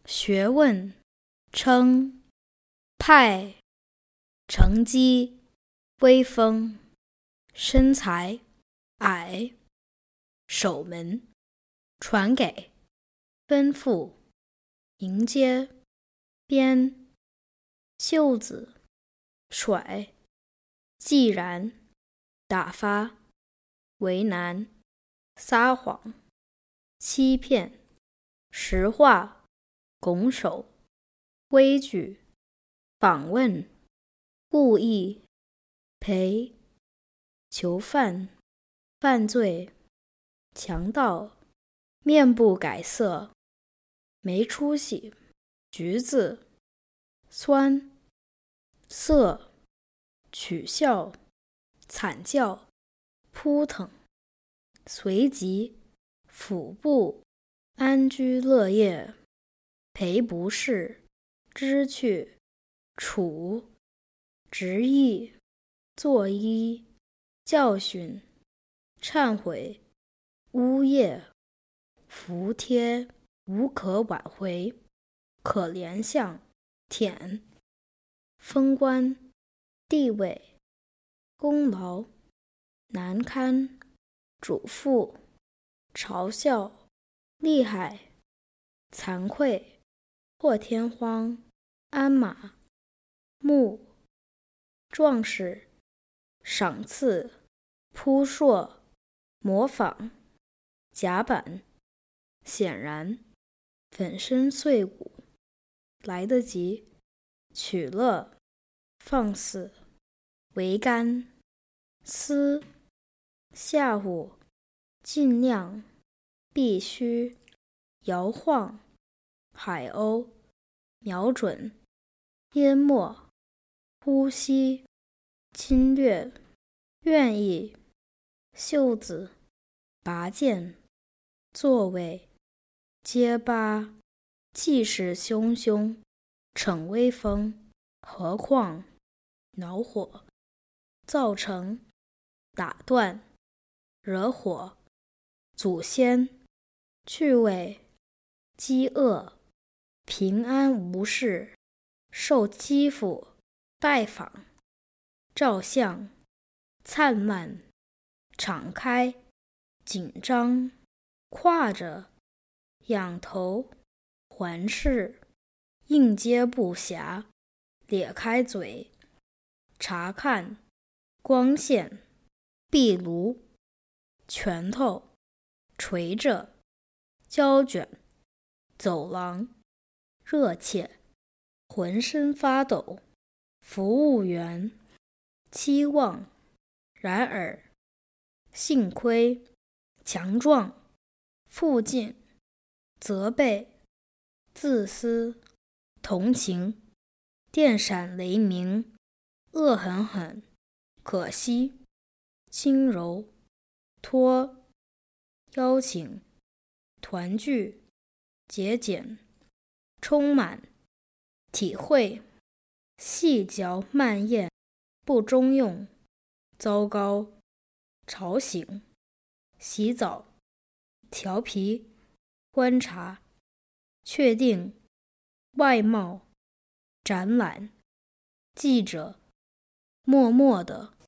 学问，称派，成绩，威风，身材，矮，守门，传给，吩咐，迎接，编，袖子，甩，既然，打发，为难，撒谎，欺骗，实话，拱手，规矩，访问，故意，赔，囚犯，犯罪，强盗，面不改色，没出息，橘子，酸，涩，取笑，惨叫，扑腾，随即，腹部，安居乐业，赔不是，知趣，处，直译，作揖，教训，忏悔，呜咽，服帖，无可挽回，可怜相，舔，封官，地位，功劳，难堪，嘱咐，嘲笑，厉害，惭愧，破天荒，鞍马，木，壮士，赏赐，扑朔，模仿，甲板，显然，粉身碎骨，来得及，取乐，放肆，桅杆，丝，吓唬，尽量，必须，摇晃，海鸥，瞄准，淹没，呼吸，侵略，愿意，袖子，拔剑，座位，结巴，气势汹汹，逞威风，何况，恼火，造成，打断，惹火，祖先，趣味，饥饿，平安无事，受欺负，拜访，照相，灿烂，敞开，紧张，挎着，仰头，环视，应接不暇，咧开嘴，查看，光线，壁炉，拳头，垂着，胶卷，走廊，热切，浑身发抖，服务员，期望，然而，幸亏，强壮，附近，责备，自私，同情，电闪雷鸣，恶狠狠，可惜，轻柔，托，邀请，团聚，节俭，充满，体会，细嚼慢咽，不中用，糟糕，吵醒，洗澡，调皮，观察，确定，外貌，展览，记者，默默的，